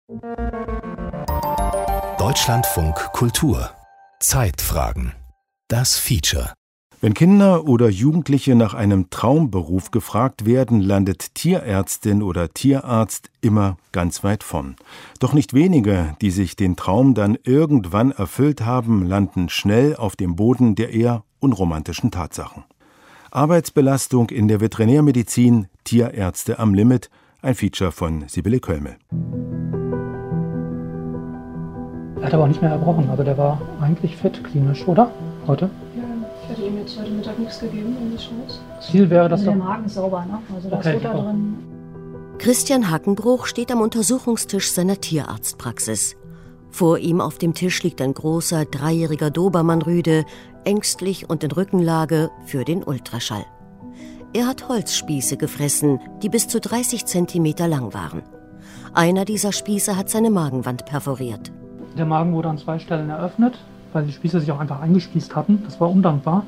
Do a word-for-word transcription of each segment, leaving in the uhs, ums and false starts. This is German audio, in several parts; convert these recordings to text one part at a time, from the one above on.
Deutschlandfunk Kultur. Zeitfragen. Das Feature. Wenn Kinder oder Jugendliche nach einem Traumberuf gefragt werden, landet Tierärztin oder Tierarzt immer ganz weit vorn. Doch nicht wenige, die sich den Traum dann irgendwann erfüllt haben, landen schnell auf dem Boden der eher unromantischen Tatsachen. Arbeitsbelastung in der Veterinärmedizin, Tierärzte am Limit, ein Feature von Sibylle Kölmel. Er hat aber auch nicht mehr erbrochen, also der war eigentlich fit, klinisch, oder? Heute? Ja, ich hatte ihm jetzt heute Mittag nichts gegeben, wenn das schon ist. Ziel wäre das also doch. Der Magen ist sauber, ne? Also da Okay, ist Futter super. drin. Christian Hackenbruch steht am Untersuchungstisch seiner Tierarztpraxis. Vor ihm auf dem Tisch liegt ein großer, dreijähriger Dobermann-Rüde, ängstlich und in Rückenlage für den Ultraschall. Er hat Holzspieße gefressen, die bis zu dreißig Zentimeter lang waren. Einer dieser Spieße hat seine Magenwand perforiert. Der Magen wurde an zwei Stellen eröffnet, weil die Spieße sich auch einfach eingespießt hatten. Das war undankbar.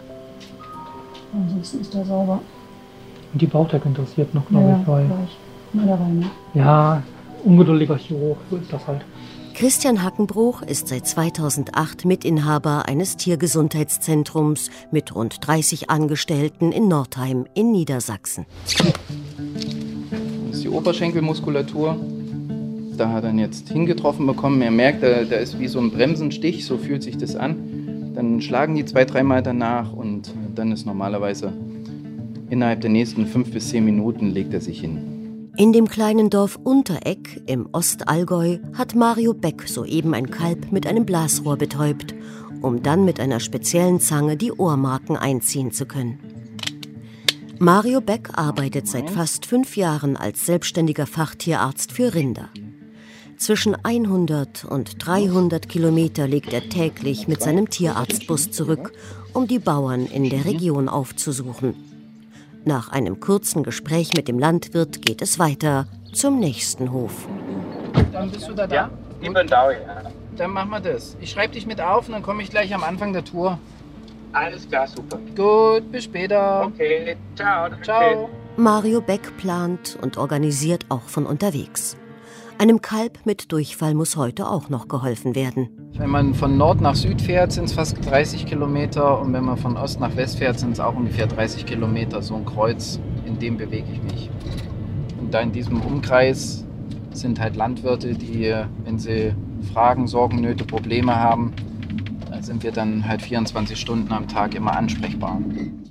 Ansonsten ist der sauber. Und die Bauchdecke interessiert noch, glaube Ja, ich. Weil, gleich. Na, da rein, ne? ja, ungeduldiger Chirurg, so ist das halt. Christian Hackenbruch ist seit zweitausendacht Mitinhaber eines Tiergesundheitszentrums mit rund dreißig Angestellten in Nordheim in Niedersachsen. Das ist die Oberschenkelmuskulatur. Da hat er jetzt hingetroffen bekommen. Er merkt, da, da ist wie so ein Bremsenstich, so fühlt sich das an. Dann schlagen die zwei, dreimal danach und dann ist normalerweise innerhalb der nächsten fünf bis zehn Minuten legt er sich hin. In dem kleinen Dorf Untereck im Ostallgäu hat Mario Beck soeben ein Kalb mit einem Blasrohr betäubt, um dann mit einer speziellen Zange die Ohrmarken einziehen zu können. Mario Beck arbeitet seit fast fünf Jahren als selbstständiger Fachtierarzt für Rinder. Zwischen hundert und dreihundert Kilometer legt er täglich mit seinem Tierarztbus zurück, um die Bauern in der Region aufzusuchen. Nach einem kurzen Gespräch mit dem Landwirt geht es weiter zum nächsten Hof. Dann bist du da da? Ja, ich bin da, ja. Dann machen wir das. Ich schreibe dich mit auf und dann komme ich gleich am Anfang der Tour. Alles klar, super. Gut, bis später. Okay, ciao. danke. Ciao. Mario Beck plant und organisiert auch von unterwegs. Einem Kalb mit Durchfall muss heute auch noch geholfen werden. Wenn man von Nord nach Süd fährt, sind es fast dreißig Kilometer und wenn man von Ost nach West fährt, sind es auch ungefähr dreißig Kilometer. So ein Kreuz, in dem bewege ich mich. Und da in diesem Umkreis sind halt Landwirte, die, wenn sie Fragen, Sorgen, Nöte, Probleme haben, da sind wir dann halt vierundzwanzig Stunden am Tag immer ansprechbar.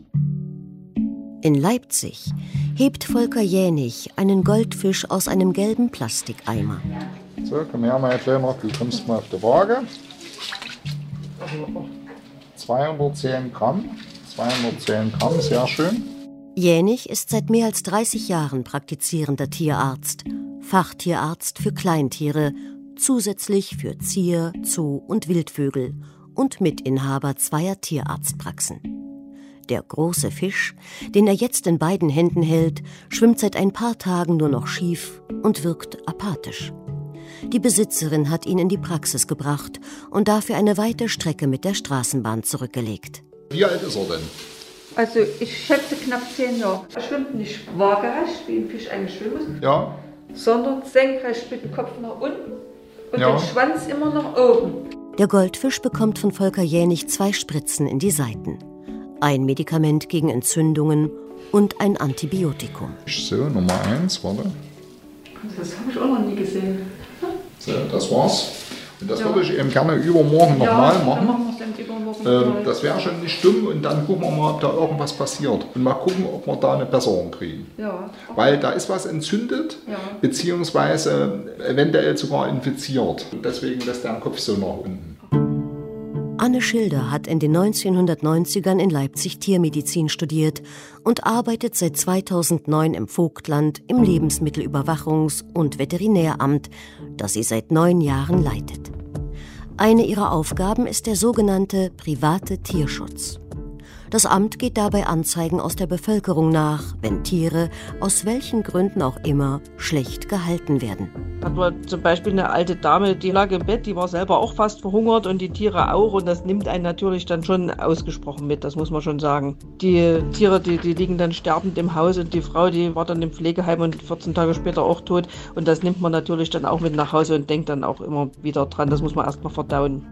In Leipzig hebt Volker Jänig einen Goldfisch aus einem gelben Plastikeimer. So, komm her, mein Kleiner, du kommst mal auf die Waage. zweihundertzehn Gramm. zweihundertzehn Gramm, sehr schön. Jänig ist seit mehr als dreißig Jahren praktizierender Tierarzt, Fachtierarzt für Kleintiere, zusätzlich für Zier-, Zoo- und Wildvögel und Mitinhaber zweier Tierarztpraxen. Der große Fisch, den er jetzt in beiden Händen hält, schwimmt seit ein paar Tagen nur noch schief und wirkt apathisch. Die Besitzerin hat ihn in die Praxis gebracht und dafür eine weite Strecke mit der Straßenbahn zurückgelegt. Wie alt ist er denn? Also ich schätze knapp zehn Jahre. Er schwimmt nicht waagerecht, wie ein Fisch eigentlich schwimmen muss, Ja. sondern senkrecht mit dem Kopf nach unten und Ja. den Schwanz immer nach oben. Der Goldfisch bekommt von Volker Jänig zwei Spritzen in die Seiten. Ein Medikament gegen Entzündungen und ein Antibiotikum. So, Nummer eins, warte. Das habe ich auch noch nie gesehen. So, das war's. Und das Ja. würde ich eben gerne übermorgen nochmal Dann machen. machen wir es dann übermorgen. Äh, nochmal. das wäre schon nicht dumm und dann gucken wir mal, ob da irgendwas passiert. Und mal gucken, ob wir da eine Besserung kriegen. Ja. Weil da ist was entzündet, Ja. beziehungsweise eventuell sogar infiziert. Und deswegen lässt der Kopf so nach unten. Anne Schilder hat in den neunzehnhundertneunzigern in Leipzig Tiermedizin studiert und arbeitet seit zweitausendneun im Vogtland im Lebensmittelüberwachungs- und Veterinäramt, das sie seit neun Jahren leitet. Eine ihrer Aufgaben ist der sogenannte private Tierschutz. Das Amt geht dabei Anzeigen aus der Bevölkerung nach, wenn Tiere, aus welchen Gründen auch immer, schlecht gehalten werden. Hat man zum Beispiel eine alte Dame, die lag im Bett, die war selber auch fast verhungert und die Tiere auch. Und das nimmt einen natürlich dann schon ausgesprochen mit, das muss man schon sagen. Die Tiere, die, die liegen dann sterbend im Haus und die Frau, die war dann im Pflegeheim und vierzehn Tage später auch tot. Und das nimmt man natürlich dann auch mit nach Hause und denkt dann auch immer wieder dran. Das muss man erst mal verdauen.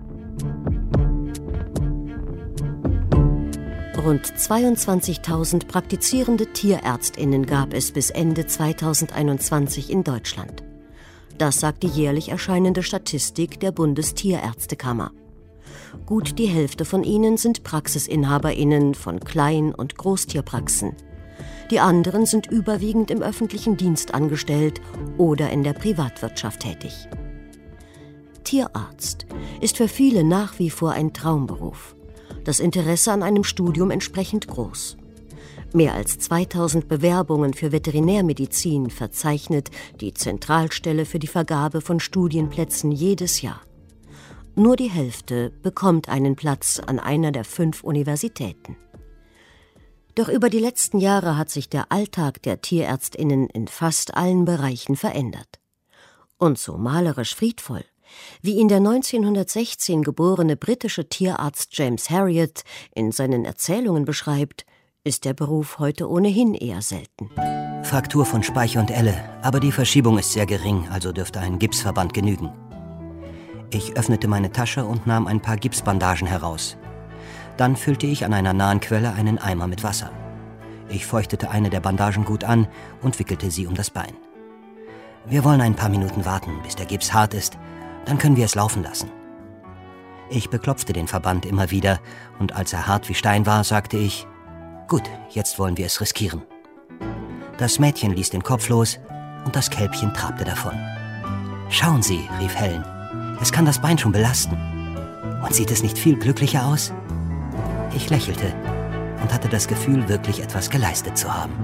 Rund zweiundzwanzigtausend praktizierende TierärztInnen gab es bis Ende zweitausendeinundzwanzig in Deutschland. Das sagt die jährlich erscheinende Statistik der Bundestierärztekammer. Gut die Hälfte von ihnen sind PraxisinhaberInnen von Klein- und Großtierpraxen. Die anderen sind überwiegend im öffentlichen Dienst angestellt oder in der Privatwirtschaft tätig. Tierarzt ist für viele nach wie vor ein Traumberuf. Das Interesse an einem Studium entsprechend groß. Mehr als zweitausend Bewerbungen für Veterinärmedizin verzeichnet die Zentralstelle für die Vergabe von Studienplätzen jedes Jahr. Nur die Hälfte bekommt einen Platz an einer der fünf Universitäten. Doch über die letzten Jahre hat sich der Alltag der TierärztInnen in fast allen Bereichen verändert. Und so malerisch friedvoll, wie ihn der neunzehnhundertsechzehn geborene britische Tierarzt James Herriot in seinen Erzählungen beschreibt, ist der Beruf heute ohnehin eher selten. Fraktur von Speiche und Elle, aber die Verschiebung ist sehr gering, also dürfte ein Gipsverband genügen. Ich öffnete meine Tasche und nahm ein paar Gipsbandagen heraus. Dann füllte ich an einer nahen Quelle einen Eimer mit Wasser. Ich feuchtete eine der Bandagen gut an und wickelte sie um das Bein. Wir wollen ein paar Minuten warten, bis der Gips hart ist. Dann können wir es laufen lassen. Ich beklopfte den Verband immer wieder und als er hart wie Stein war, sagte ich, gut, jetzt wollen wir es riskieren. Das Mädchen ließ den Kopf los und das Kälbchen trabte davon. Schauen Sie, rief Helen, es kann das Bein schon belasten. Und sieht es nicht viel glücklicher aus? Ich lächelte und hatte das Gefühl, wirklich etwas geleistet zu haben.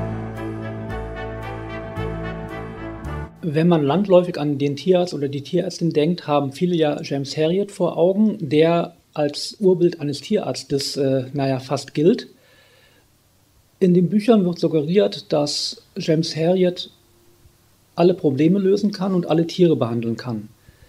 Wenn man landläufig an den Tierarzt oder die Tierärztin denkt, haben viele ja James Herriot vor Augen, der als Urbild eines Tierarztes, äh, naja, fast gilt. In den Büchern wird suggeriert, dass James Herriot alle Probleme lösen kann und alle Tiere behandeln kann.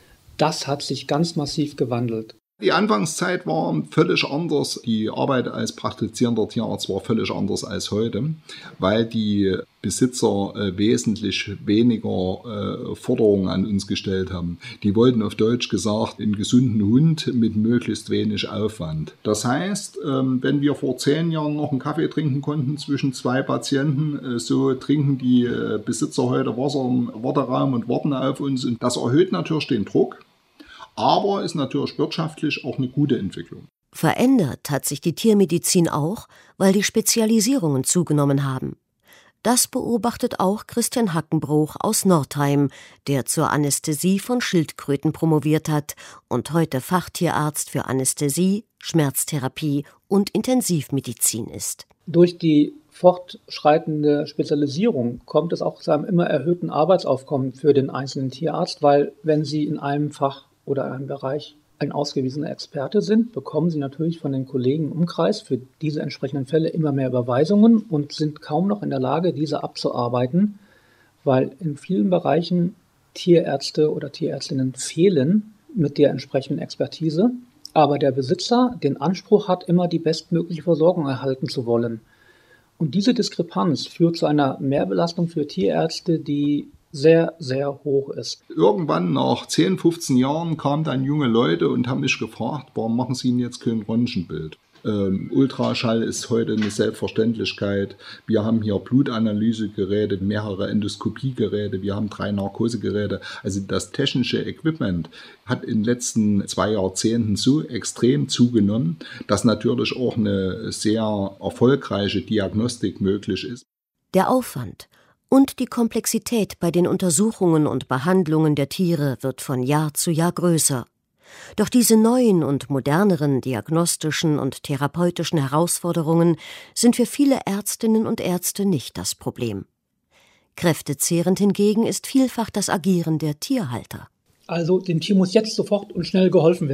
Das hat sich ganz massiv gewandelt. Die Anfangszeit war völlig anders. Die Arbeit als praktizierender Tierarzt war völlig anders als heute, weil die Besitzer äh, wesentlich weniger äh, Forderungen an uns gestellt haben. Die wollten auf Deutsch gesagt einen gesunden Hund mit möglichst wenig Aufwand. Das heißt, ähm, wenn wir vor zehn Jahren noch einen Kaffee trinken konnten zwischen zwei Patienten, äh, so trinken die äh, Besitzer heute Wasser im Warteraum und warten auf uns. Und das erhöht natürlich den Druck. Aber ist natürlich wirtschaftlich auch eine gute Entwicklung. Verändert hat sich die Tiermedizin auch, weil die Spezialisierungen zugenommen haben. Das beobachtet auch Christian Hackenbruch aus Nordheim, der zur Anästhesie von Schildkröten promoviert hat und heute Fachtierarzt für Anästhesie, Schmerztherapie und Intensivmedizin ist. Durch die fortschreitende Spezialisierung kommt es auch zu einem immer erhöhten Arbeitsaufkommen für den einzelnen Tierarzt, weil wenn Sie in einem Fach oder einem Bereich ein ausgewiesener Experte sind, bekommen Sie natürlich von den Kollegen im Umkreis für diese entsprechenden Fälle immer mehr Überweisungen und sind kaum noch in der Lage, diese abzuarbeiten, weil in vielen Bereichen Tierärzte oder Tierärztinnen fehlen mit der entsprechenden Expertise, aber der Besitzer den Anspruch hat, immer die bestmögliche Versorgung erhalten zu wollen. Und diese Diskrepanz führt zu einer Mehrbelastung für Tierärzte, die sehr, sehr hoch ist. Irgendwann nach zehn, fünfzehn Jahren kamen dann junge Leute und haben mich gefragt, warum machen Sie denn jetzt kein Röntgenbild? Ähm, Ultraschall ist heute eine Selbstverständlichkeit. Wir haben hier Blutanalysegeräte, mehrere Endoskopiegeräte, wir haben drei Narkosegeräte. Also das technische Equipment hat in den letzten zwei Jahrzehnten so extrem zugenommen, dass natürlich auch eine sehr erfolgreiche Diagnostik möglich ist. Der Aufwand und die Komplexität bei den Untersuchungen und Behandlungen der Tiere wird von Jahr zu Jahr größer. Doch diese neuen und moderneren diagnostischen und therapeutischen Herausforderungen sind für viele Ärztinnen und Ärzte nicht das Problem. Kräftezehrend hingegen ist vielfach das Agieren der Tierhalter. Also dem Tier muss jetzt sofort und schnell geholfen werden.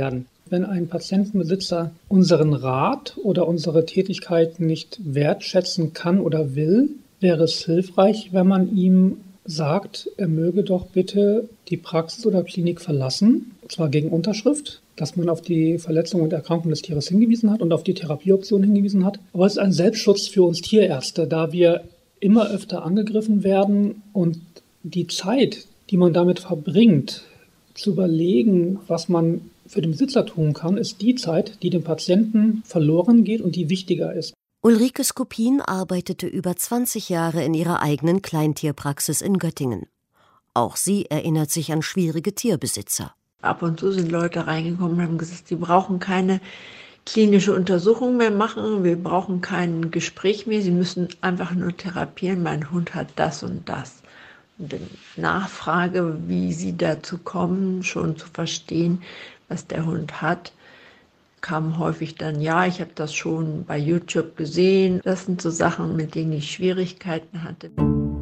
Wenn ein Patientenbesitzer unseren Rat oder unsere Tätigkeit nicht wertschätzen kann oder will, wäre es hilfreich, wenn man ihm sagt, er möge doch bitte die Praxis oder Klinik verlassen, und zwar gegen Unterschrift, dass man auf die Verletzung und Erkrankung des Tieres hingewiesen hat und auf die Therapieoption hingewiesen hat. Aber es ist ein Selbstschutz für uns Tierärzte, da wir immer öfter angegriffen werden und die Zeit, die man damit verbringt, zu überlegen, was man für den Besitzer tun kann, ist die Zeit, die dem Patienten verloren geht und die wichtiger ist. Ulrike Skopin arbeitete über zwanzig Jahre in ihrer eigenen Kleintierpraxis in Göttingen. Auch sie erinnert sich an schwierige Tierbesitzer. Ab und zu sind Leute reingekommen und haben gesagt, sie brauchen keine klinische Untersuchung mehr machen, wir brauchen kein Gespräch mehr, sie müssen einfach nur therapieren, mein Hund hat das und das. Und in Nachfrage, wie sie dazu kommen, schon zu verstehen, was der Hund hat, kam häufig dann, ja, ich habe das schon bei YouTube gesehen. Das sind so Sachen, mit denen ich Schwierigkeiten hatte.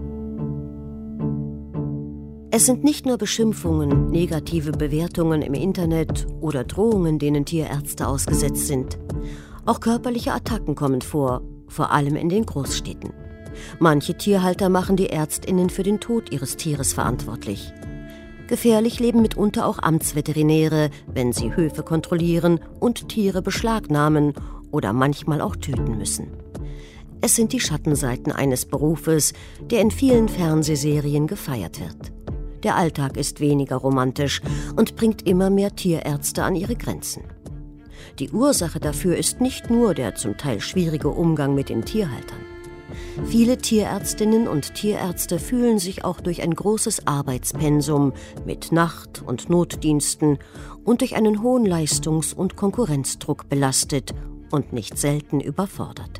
Es sind nicht nur Beschimpfungen, negative Bewertungen im Internet oder Drohungen, denen Tierärzte ausgesetzt sind. Auch körperliche Attacken kommen vor, vor allem in den Großstädten. Manche Tierhalter machen die ÄrztInnen für den Tod ihres Tieres verantwortlich. Gefährlich leben mitunter auch Amtsveterinäre, wenn sie Höfe kontrollieren und Tiere beschlagnahmen oder manchmal auch töten müssen. Es sind die Schattenseiten eines Berufes, der in vielen Fernsehserien gefeiert wird. Der Alltag ist weniger romantisch und bringt immer mehr Tierärzte an ihre Grenzen. Die Ursache dafür ist nicht nur der zum Teil schwierige Umgang mit den Tierhaltern. Viele Tierärztinnen und Tierärzte fühlen sich auch durch ein großes Arbeitspensum mit Nacht- und Notdiensten und durch einen hohen Leistungs- und Konkurrenzdruck belastet und nicht selten überfordert.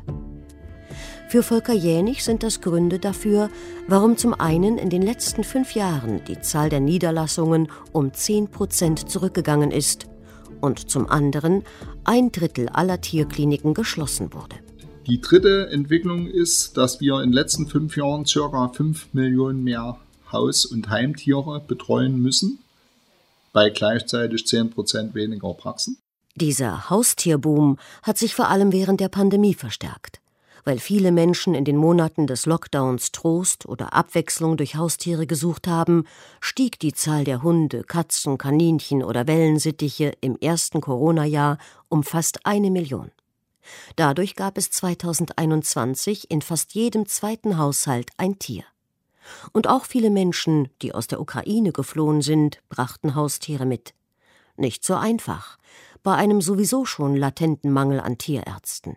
Für Volker Jänig sind das Gründe dafür, warum zum einen in den letzten fünf Jahren die Zahl der Niederlassungen um zehn Prozent zurückgegangen ist und zum anderen ein Drittel aller Tierkliniken geschlossen wurde. Die dritte Entwicklung ist, dass wir in den letzten fünf Jahren ca. fünf Millionen mehr Haus- und Heimtiere betreuen müssen, bei gleichzeitig zehn Prozent weniger Praxen. Dieser Haustierboom hat sich vor allem während der Pandemie verstärkt. Weil viele Menschen in den Monaten des Lockdowns Trost oder Abwechslung durch Haustiere gesucht haben, stieg die Zahl der Hunde, Katzen, Kaninchen oder Wellensittiche im ersten Corona-Jahr um fast eine Million. Dadurch gab es zweitausendeinundzwanzig in fast jedem zweiten Haushalt ein Tier. Und auch viele Menschen, die aus der Ukraine geflohen sind, brachten Haustiere mit. Nicht so einfach, bei einem sowieso schon latenten Mangel an Tierärzten.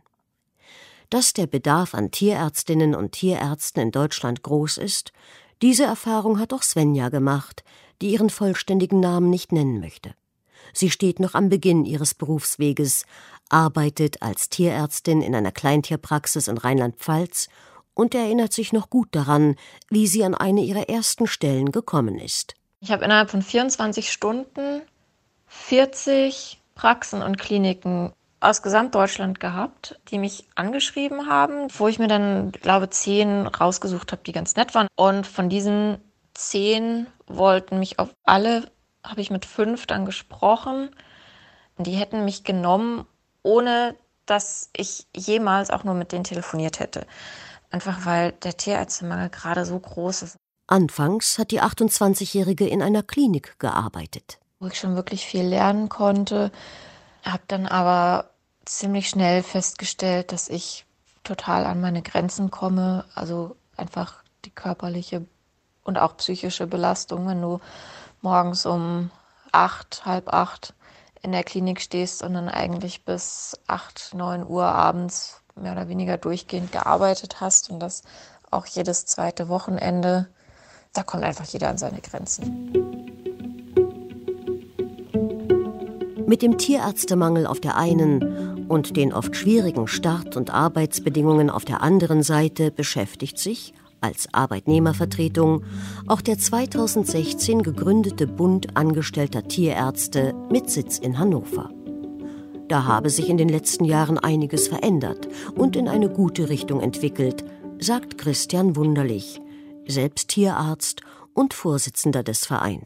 Dass der Bedarf an Tierärztinnen und Tierärzten in Deutschland groß ist, diese Erfahrung hat auch Svenja gemacht, die ihren vollständigen Namen nicht nennen möchte. Sie steht noch am Beginn ihres Berufsweges, arbeitet als Tierärztin in einer Kleintierpraxis in Rheinland-Pfalz und erinnert sich noch gut daran, wie sie an eine ihrer ersten Stellen gekommen ist. Ich habe innerhalb von vierundzwanzig Stunden vierzig Praxen und Kliniken aus Gesamtdeutschland gehabt, die mich angeschrieben haben, wo ich mir dann, glaube ich, zehn rausgesucht habe, die ganz nett waren. Und von diesen zehn wollten mich auf alle, habe ich mit fünf dann gesprochen. Die hätten mich genommen, ohne dass ich jemals auch nur mit denen telefoniert hätte. Einfach weil der Tierärztemangel gerade so groß ist. Anfangs hat die achtundzwanzigjährige in einer Klinik gearbeitet. Wo ich schon wirklich viel lernen konnte, habe dann aber ziemlich schnell festgestellt, dass ich total an meine Grenzen komme. Also einfach die körperliche und auch psychische Belastung, wenn du morgens um acht, halb acht in der Klinik stehst und dann eigentlich bis acht, neun Uhr abends mehr oder weniger durchgehend gearbeitet hast und das auch jedes zweite Wochenende, da kommt einfach jeder an seine Grenzen. Mit dem Tierärztemangel auf der einen und den oft schwierigen Start- und Arbeitsbedingungen auf der anderen Seite beschäftigt sich als Arbeitnehmervertretung auch der zweitausendsechzehn gegründete Bund angestellter Tierärzte mit Sitz in Hannover. Da habe sich in den letzten Jahren einiges verändert und in eine gute Richtung entwickelt, sagt Christian Wunderlich, selbst Tierarzt und Vorsitzender des Vereins.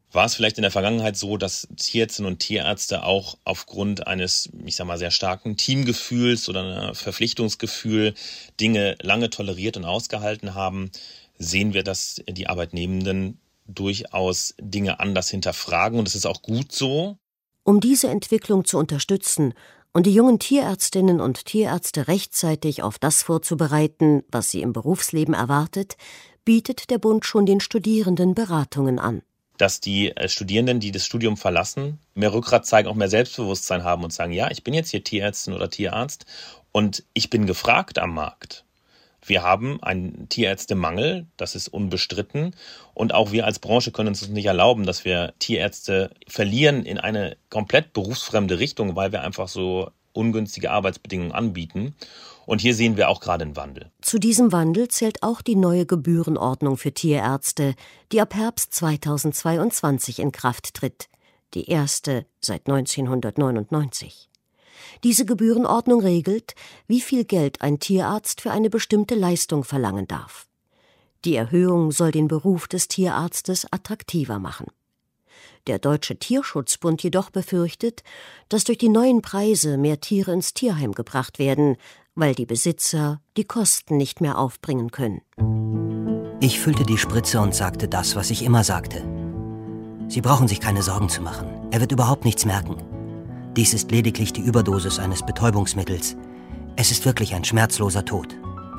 War es vielleicht in der Vergangenheit so, dass Tierärztinnen und Tierärzte auch aufgrund eines, ich sag mal, sehr starken Teamgefühls oder einer Verpflichtungsgefühl Dinge lange toleriert und ausgehalten haben? Sehen wir, dass die Arbeitnehmenden durchaus Dinge anders hinterfragen, und es ist auch gut so? Um diese Entwicklung zu unterstützen und die jungen Tierärztinnen und Tierärzte rechtzeitig auf das vorzubereiten, was sie im Berufsleben erwartet, bietet der Bund schon den Studierenden Beratungen an. Dass die Studierenden, die das Studium verlassen, mehr Rückgrat zeigen, auch mehr Selbstbewusstsein haben und sagen, ja, ich bin jetzt hier Tierärztin oder Tierarzt und ich bin gefragt am Markt. Wir haben einen Tierärztemangel, das ist unbestritten. Und auch wir als Branche können uns das nicht erlauben, dass wir Tierärzte verlieren in eine komplett berufsfremde Richtung, weil wir einfach so ungünstige Arbeitsbedingungen anbieten. Und hier sehen wir auch gerade einen Wandel. Zu diesem Wandel zählt auch die neue Gebührenordnung für Tierärzte, die ab Herbst zweitausendzweiundzwanzig in Kraft tritt. Die erste seit neunzehnhundertneunundneunzig. Diese Gebührenordnung regelt, wie viel Geld ein Tierarzt für eine bestimmte Leistung verlangen darf. Die Erhöhung soll den Beruf des Tierarztes attraktiver machen. Der Deutsche Tierschutzbund jedoch befürchtet, dass durch die neuen Preise mehr Tiere ins Tierheim gebracht werden, weil die Besitzer die Kosten nicht mehr aufbringen können. Ich füllte die Spritze und sagte das, was ich immer sagte. Sie brauchen sich keine Sorgen zu machen. Er wird überhaupt nichts merken. Dies ist lediglich die Überdosis eines Betäubungsmittels. Es ist wirklich ein schmerzloser Tod.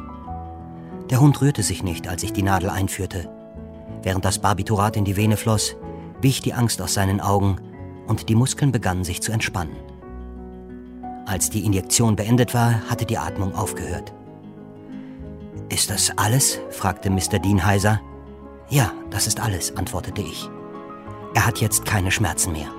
Der Hund rührte sich nicht, als ich die Nadel einführte. Während das Barbiturat in die Vene floss, wich die Angst aus seinen Augen und die Muskeln begannen sich zu entspannen. Als die Injektion beendet war, hatte die Atmung aufgehört. »Ist das alles?« fragte Mister Dean heiser. »Ja, das ist alles«, antwortete ich. »Er hat jetzt keine Schmerzen mehr.«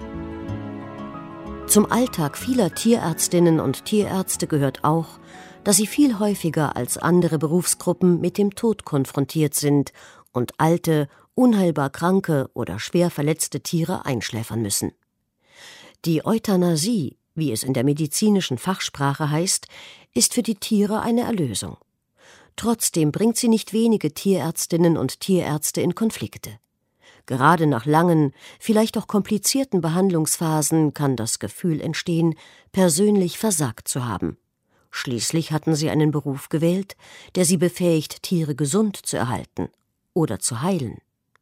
Zum Alltag vieler Tierärztinnen und Tierärzte gehört auch, dass sie viel häufiger als andere Berufsgruppen mit dem Tod konfrontiert sind und alte, unheilbar kranke oder schwer verletzte Tiere einschläfern müssen. Die Euthanasie, wie es in der medizinischen Fachsprache heißt, ist für die Tiere eine Erlösung. Trotzdem bringt sie nicht wenige Tierärztinnen und Tierärzte in Konflikte. Gerade nach langen, vielleicht auch komplizierten Behandlungsphasen kann das Gefühl entstehen, persönlich versagt zu haben. Schließlich hatten sie einen Beruf gewählt, der sie befähigt, Tiere gesund zu erhalten oder zu heilen.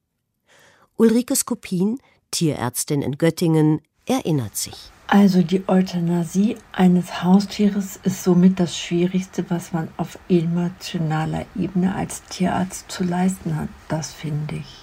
Ulrike Skopin, Tierärztin in Göttingen, erinnert sich. Also die Euthanasie eines Haustieres ist somit das Schwierigste, was man auf emotionaler Ebene als Tierarzt zu leisten hat, das finde ich.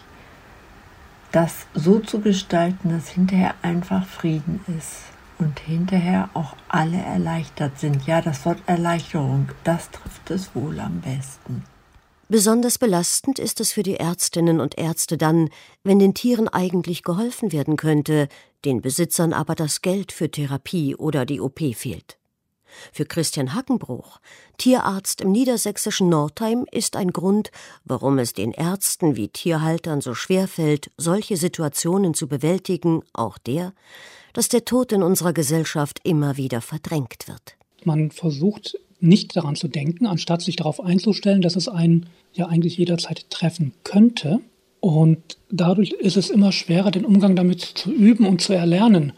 Das so zu gestalten, dass hinterher einfach Frieden ist und hinterher auch alle erleichtert sind. Ja, das Wort Erleichterung, das trifft es wohl am besten. Besonders belastend ist es für die Ärztinnen und Ärzte dann, wenn den Tieren eigentlich geholfen werden könnte, den Besitzern aber das Geld für Therapie oder die O P fehlt. Für Christian Hackenbruch, Tierarzt im niedersächsischen Northeim, ist ein Grund, warum es den Ärzten wie Tierhaltern so schwer fällt, solche Situationen zu bewältigen, auch der, dass der Tod in unserer Gesellschaft immer wieder verdrängt wird. Man versucht nicht daran zu denken, anstatt sich darauf einzustellen, dass es einen ja eigentlich jederzeit treffen könnte. Und dadurch ist es immer schwerer, den Umgang damit zu üben und zu erlernen.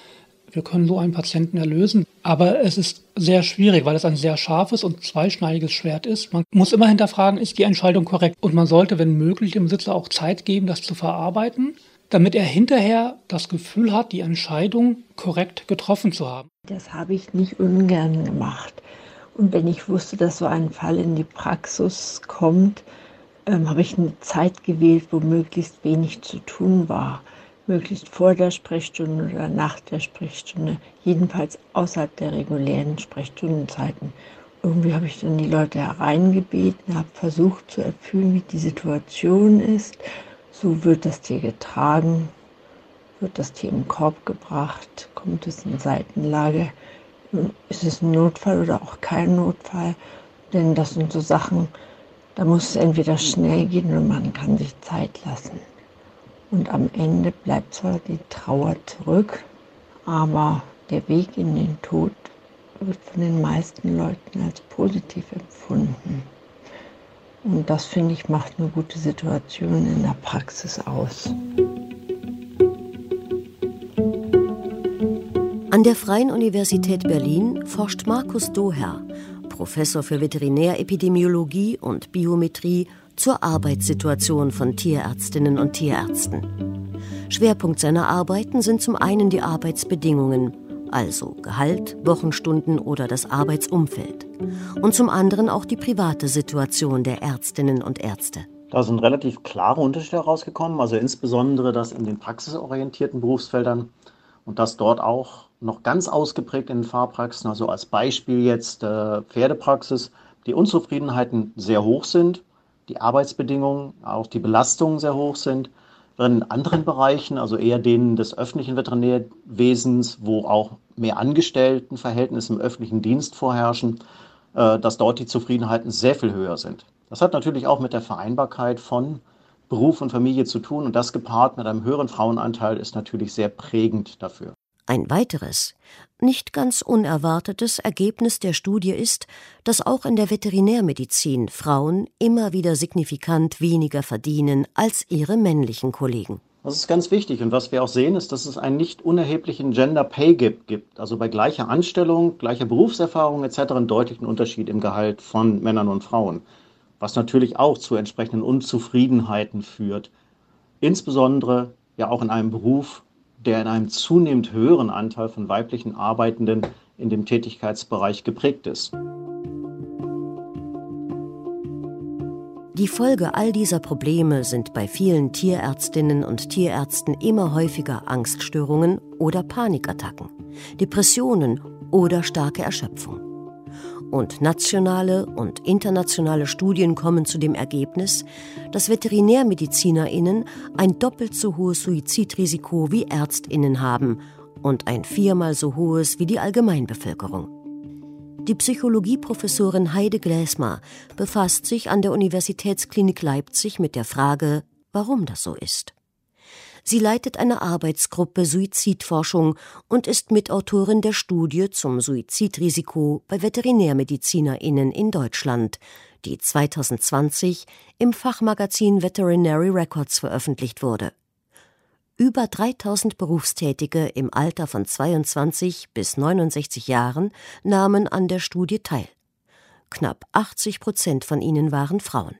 Wir können so einen Patienten erlösen, aber es ist sehr schwierig, weil es ein sehr scharfes und zweischneidiges Schwert ist. Man muss immer hinterfragen, ist die Entscheidung korrekt? Und man sollte, wenn möglich, dem Besitzer auch Zeit geben, das zu verarbeiten, damit er hinterher das Gefühl hat, die Entscheidung korrekt getroffen zu haben. Das habe ich nicht ungern gemacht. Und wenn ich wusste, dass so ein Fall in die Praxis kommt, ähm, habe ich eine Zeit gewählt, wo möglichst wenig zu tun war. Möglichst vor der Sprechstunde oder nach der Sprechstunde, jedenfalls außerhalb der regulären Sprechstundenzeiten. Irgendwie habe ich dann die Leute hereingebeten, habe versucht zu erfüllen, wie die Situation ist. So wird das Tier getragen, wird das Tier im Korb gebracht, kommt es in Seitenlage. Ist es ein Notfall oder auch kein Notfall? Denn das sind so Sachen, da muss es entweder schnell gehen oder man kann sich Zeit lassen. Und am Ende bleibt zwar die Trauer zurück, aber der Weg in den Tod wird von den meisten Leuten als positiv empfunden. Und das, finde ich, macht eine gute Situation in der Praxis aus. An der Freien Universität Berlin forscht Markus Doher, Professor für Veterinärepidemiologie und Biometrie, zur Arbeitssituation von Tierärztinnen und Tierärzten. Schwerpunkt seiner Arbeiten sind zum einen die Arbeitsbedingungen, also Gehalt, Wochenstunden oder das Arbeitsumfeld, und zum anderen auch die private Situation der Ärztinnen und Ärzte. Da sind relativ klare Unterschiede herausgekommen, also insbesondere das in den praxisorientierten Berufsfeldern und das dort auch noch ganz ausgeprägt in den Fahrpraxen, also als Beispiel jetzt äh, Pferdepraxis, die Unzufriedenheiten sehr hoch sind, die Arbeitsbedingungen, auch die Belastungen sehr hoch sind. Während in anderen Bereichen, also eher denen des öffentlichen Veterinärwesens, wo auch mehr Angestelltenverhältnisse im öffentlichen Dienst vorherrschen, äh, dass dort die Zufriedenheiten sehr viel höher sind. Das hat natürlich auch mit der Vereinbarkeit von Beruf und Familie zu tun und das gepaart mit einem höheren Frauenanteil ist natürlich sehr prägend dafür. Ein weiteres, nicht ganz unerwartetes Ergebnis der Studie ist, dass auch in der Veterinärmedizin Frauen immer wieder signifikant weniger verdienen als ihre männlichen Kollegen. Das ist ganz wichtig und was wir auch sehen, ist, dass es einen nicht unerheblichen Gender Pay Gap gibt. Also bei gleicher Anstellung, gleicher Berufserfahrung et cetera einen deutlichen Unterschied im Gehalt von Männern und Frauen, was natürlich auch zu entsprechenden Unzufriedenheiten führt. Insbesondere ja auch in einem Beruf, der in einem zunehmend höheren Anteil von weiblichen Arbeitenden in dem Tätigkeitsbereich geprägt ist. Die Folge all dieser Probleme sind bei vielen Tierärztinnen und Tierärzten immer häufiger Angststörungen oder Panikattacken, Depressionen oder starke Erschöpfung. Und nationale und internationale Studien kommen zu dem Ergebnis, dass VeterinärmedizinerInnen ein doppelt so hohes Suizidrisiko wie ÄrztInnen haben und ein viermal so hohes wie die Allgemeinbevölkerung. Die Psychologieprofessorin Heide Gläsmer befasst sich an der Universitätsklinik Leipzig mit der Frage, warum das so ist. Sie leitet eine Arbeitsgruppe Suizidforschung und ist Mitautorin der Studie zum Suizidrisiko bei VeterinärmedizinerInnen in Deutschland, die zwanzig zwanzig im Fachmagazin Veterinary Records veröffentlicht wurde. Über dreitausend Berufstätige im Alter von zweiundzwanzig bis neunundsechzig Jahren nahmen an der Studie teil. Knapp achtzig Prozent von ihnen waren Frauen.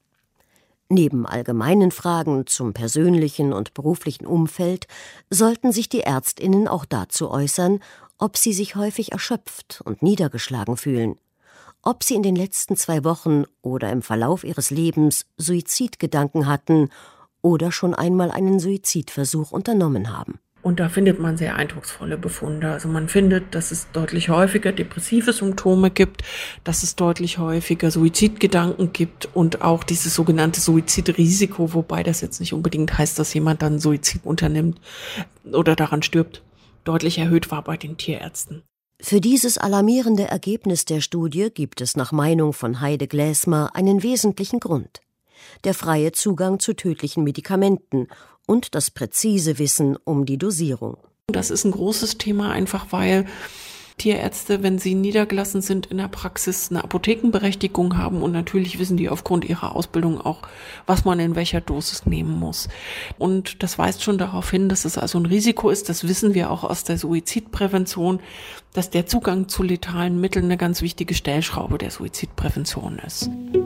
Neben allgemeinen Fragen zum persönlichen und beruflichen Umfeld sollten sich die ÄrztInnen auch dazu äußern, ob sie sich häufig erschöpft und niedergeschlagen fühlen, ob sie in den letzten zwei Wochen oder im Verlauf ihres Lebens Suizidgedanken hatten oder schon einmal einen Suizidversuch unternommen haben. Und da findet man sehr eindrucksvolle Befunde. Also man findet, dass es deutlich häufiger depressive Symptome gibt, dass es deutlich häufiger Suizidgedanken gibt und auch dieses sogenannte Suizidrisiko, wobei das jetzt nicht unbedingt heißt, dass jemand dann Suizid unternimmt oder daran stirbt, deutlich erhöht war bei den Tierärzten. Für dieses alarmierende Ergebnis der Studie gibt es nach Meinung von Heide Gläsmer einen wesentlichen Grund: der freie Zugang zu tödlichen Medikamenten und das präzise Wissen um die Dosierung. Das ist ein großes Thema, einfach weil Tierärzte, wenn sie niedergelassen sind in der Praxis, eine Apothekenberechtigung haben und natürlich wissen die aufgrund ihrer Ausbildung auch, was man in welcher Dosis nehmen muss. Und das weist schon darauf hin, dass es also ein Risiko ist, das wissen wir auch aus der Suizidprävention, dass der Zugang zu letalen Mitteln eine ganz wichtige Stellschraube der Suizidprävention ist.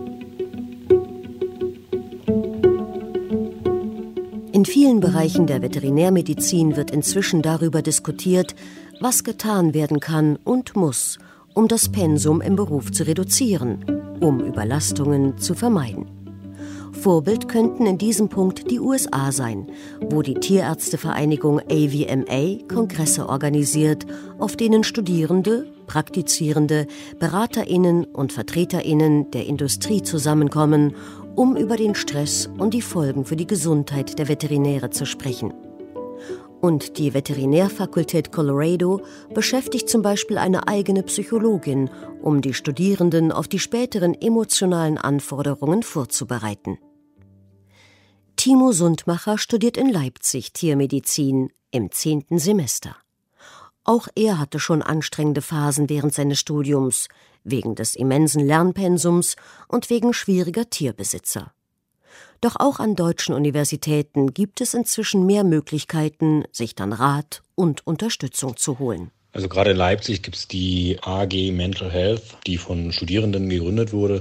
In vielen Bereichen der Veterinärmedizin wird inzwischen darüber diskutiert, was getan werden kann und muss, um das Pensum im Beruf zu reduzieren, um Überlastungen zu vermeiden. Vorbild könnten in diesem Punkt die U S A sein, wo die Tierärztevereinigung A V M A Kongresse organisiert, auf denen Studierende, Praktizierende, BeraterInnen und VertreterInnen der Industrie zusammenkommen, um über den Stress und die Folgen für die Gesundheit der Veterinäre zu sprechen. Und die Veterinärfakultät Colorado beschäftigt zum Beispiel eine eigene Psychologin, um die Studierenden auf die späteren emotionalen Anforderungen vorzubereiten. Timo Sundmacher studiert in Leipzig Tiermedizin im zehnten Semester. Auch er hatte schon anstrengende Phasen während seines Studiums, wegen des immensen Lernpensums und wegen schwieriger Tierbesitzer. Doch auch an deutschen Universitäten gibt es inzwischen mehr Möglichkeiten, sich dann Rat und Unterstützung zu holen. Also gerade in Leipzig gibt es die A G Mental Health, die von Studierenden gegründet wurde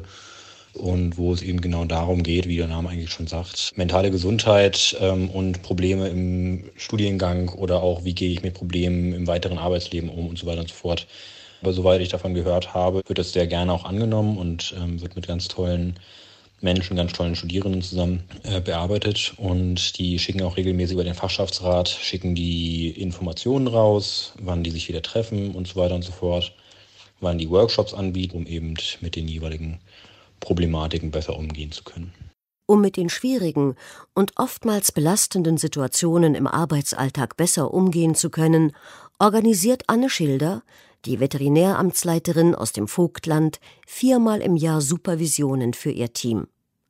und wo es eben genau darum geht, wie der Name eigentlich schon sagt, mentale Gesundheit ähm, und Probleme im Studiengang oder auch wie gehe ich mit Problemen im weiteren Arbeitsleben um und so weiter und so fort. Aber soweit ich davon gehört habe, wird das sehr gerne auch angenommen und ähm, wird mit ganz tollen Menschen, ganz tollen Studierenden zusammen äh, bearbeitet. Und die schicken auch regelmäßig über den Fachschaftsrat, schicken die Informationen raus, wann die sich wieder treffen und so weiter und so fort, wann die Workshops anbieten, um eben mit den jeweiligen Problematiken besser umgehen zu können. Um mit den schwierigen und oftmals belastenden Situationen im Arbeitsalltag besser umgehen zu können, organisiert Anne Schilder, die Veterinäramtsleiterin aus dem Vogtland, viermal im Jahr Supervisionen für ihr Team.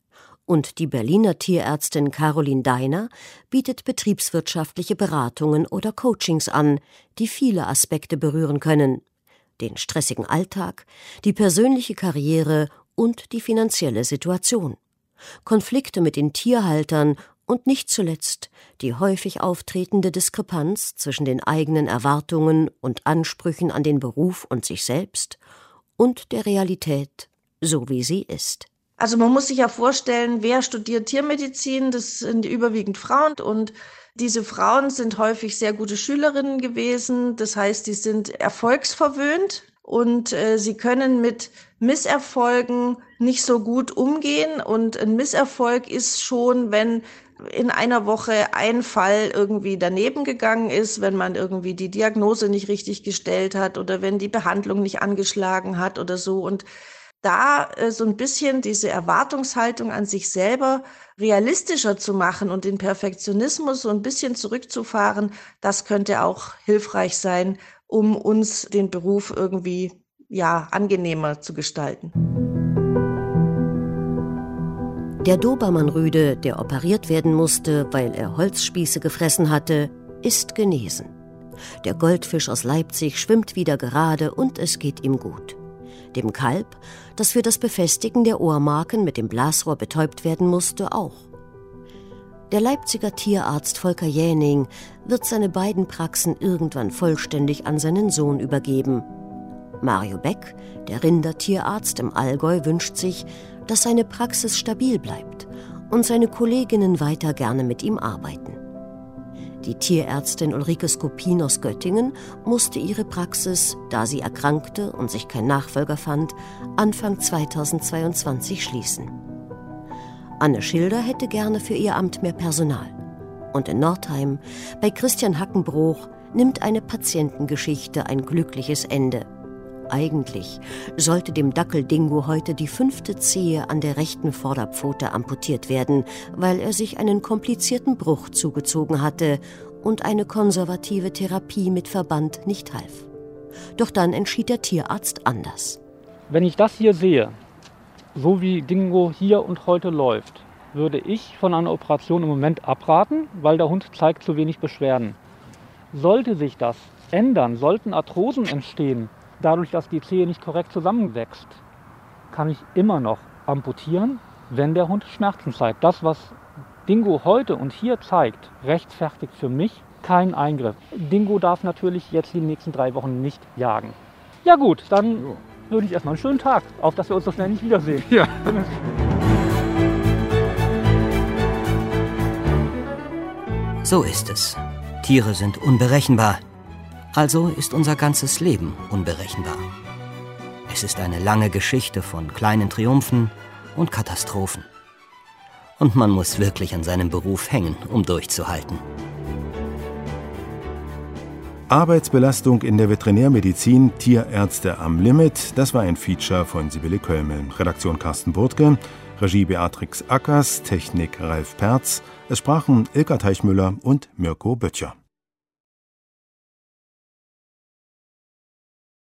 Und die Berliner Tierärztin Caroline Deiner bietet betriebswirtschaftliche Beratungen oder Coachings an, die viele Aspekte berühren können: den stressigen Alltag, die persönliche Karriere und die finanzielle Situation, Konflikte mit den Tierhaltern und nicht zuletzt die häufig auftretende Diskrepanz zwischen den eigenen Erwartungen und Ansprüchen an den Beruf und sich selbst und der Realität, so wie sie ist. Also man muss sich ja vorstellen, wer studiert Tiermedizin? Das sind überwiegend Frauen und diese Frauen sind häufig sehr gute Schülerinnen gewesen. Das heißt, die sind erfolgsverwöhnt und äh, sie können mit Misserfolgen nicht so gut umgehen. Und ein Misserfolg ist schon, wenn in einer Woche ein Fall irgendwie daneben gegangen ist, wenn man irgendwie die Diagnose nicht richtig gestellt hat oder wenn die Behandlung nicht angeschlagen hat oder so. Und da äh, so ein bisschen diese Erwartungshaltung an sich selber realistischer zu machen und den Perfektionismus so ein bisschen zurückzufahren, das könnte auch hilfreich sein, um uns den Beruf irgendwie ja angenehmer zu gestalten. Der Dobermann-Rüde, der operiert werden musste, weil er Holzspieße gefressen hatte, ist genesen. Der Goldfisch aus Leipzig schwimmt wieder gerade und es geht ihm gut. Dem Kalb, das für das Befestigen der Ohrmarken mit dem Blasrohr betäubt werden musste, auch. Der Leipziger Tierarzt Volker Jäning wird seine beiden Praxen irgendwann vollständig an seinen Sohn übergeben. Mario Beck, der Rindertierarzt im Allgäu, wünscht sich, dass seine Praxis stabil bleibt und seine Kolleginnen weiter gerne mit ihm arbeiten. Die Tierärztin Ulrike Skopin aus Göttingen musste ihre Praxis, da sie erkrankte und sich kein Nachfolger fand, Anfang zweitausendzweiundzwanzig schließen. Anne Schilder hätte gerne für ihr Amt mehr Personal. Und in Nordheim, bei Christian Hackenbruch, nimmt eine Patientengeschichte ein glückliches Ende. Eigentlich sollte dem Dackel Dingo heute die fünfte Zehe an der rechten Vorderpfote amputiert werden, weil er sich einen komplizierten Bruch zugezogen hatte und eine konservative Therapie mit Verband nicht half. Doch dann entschied der Tierarzt anders. Wenn ich das hier sehe, so wie Dingo hier und heute läuft, würde ich von einer Operation im Moment abraten, weil der Hund zeigt zu wenig Beschwerden. Sollte sich das ändern, sollten Arthrosen entstehen, dadurch, dass die Zehe nicht korrekt zusammenwächst, kann ich immer noch amputieren, wenn der Hund Schmerzen zeigt. Das, was Dingo heute und hier zeigt, rechtfertigt für mich keinen Eingriff. Dingo darf natürlich jetzt die nächsten drei Wochen nicht jagen. Ja gut, dann würde ich erstmal einen schönen Tag, auf dass wir uns so schnell nicht wiedersehen. Ja. So ist es. Tiere sind unberechenbar. Also ist unser ganzes Leben unberechenbar. Es ist eine lange Geschichte von kleinen Triumphen und Katastrophen. Und man muss wirklich an seinem Beruf hängen, um durchzuhalten. Arbeitsbelastung in der Veterinärmedizin, Tierärzte am Limit, das war ein Feature von Sibylle Köllmel. Redaktion Carsten Burtke, Regie Beatrix Ackers, Technik Ralf Perz. Es sprachen Ilka Teichmüller und Mirko Böttcher.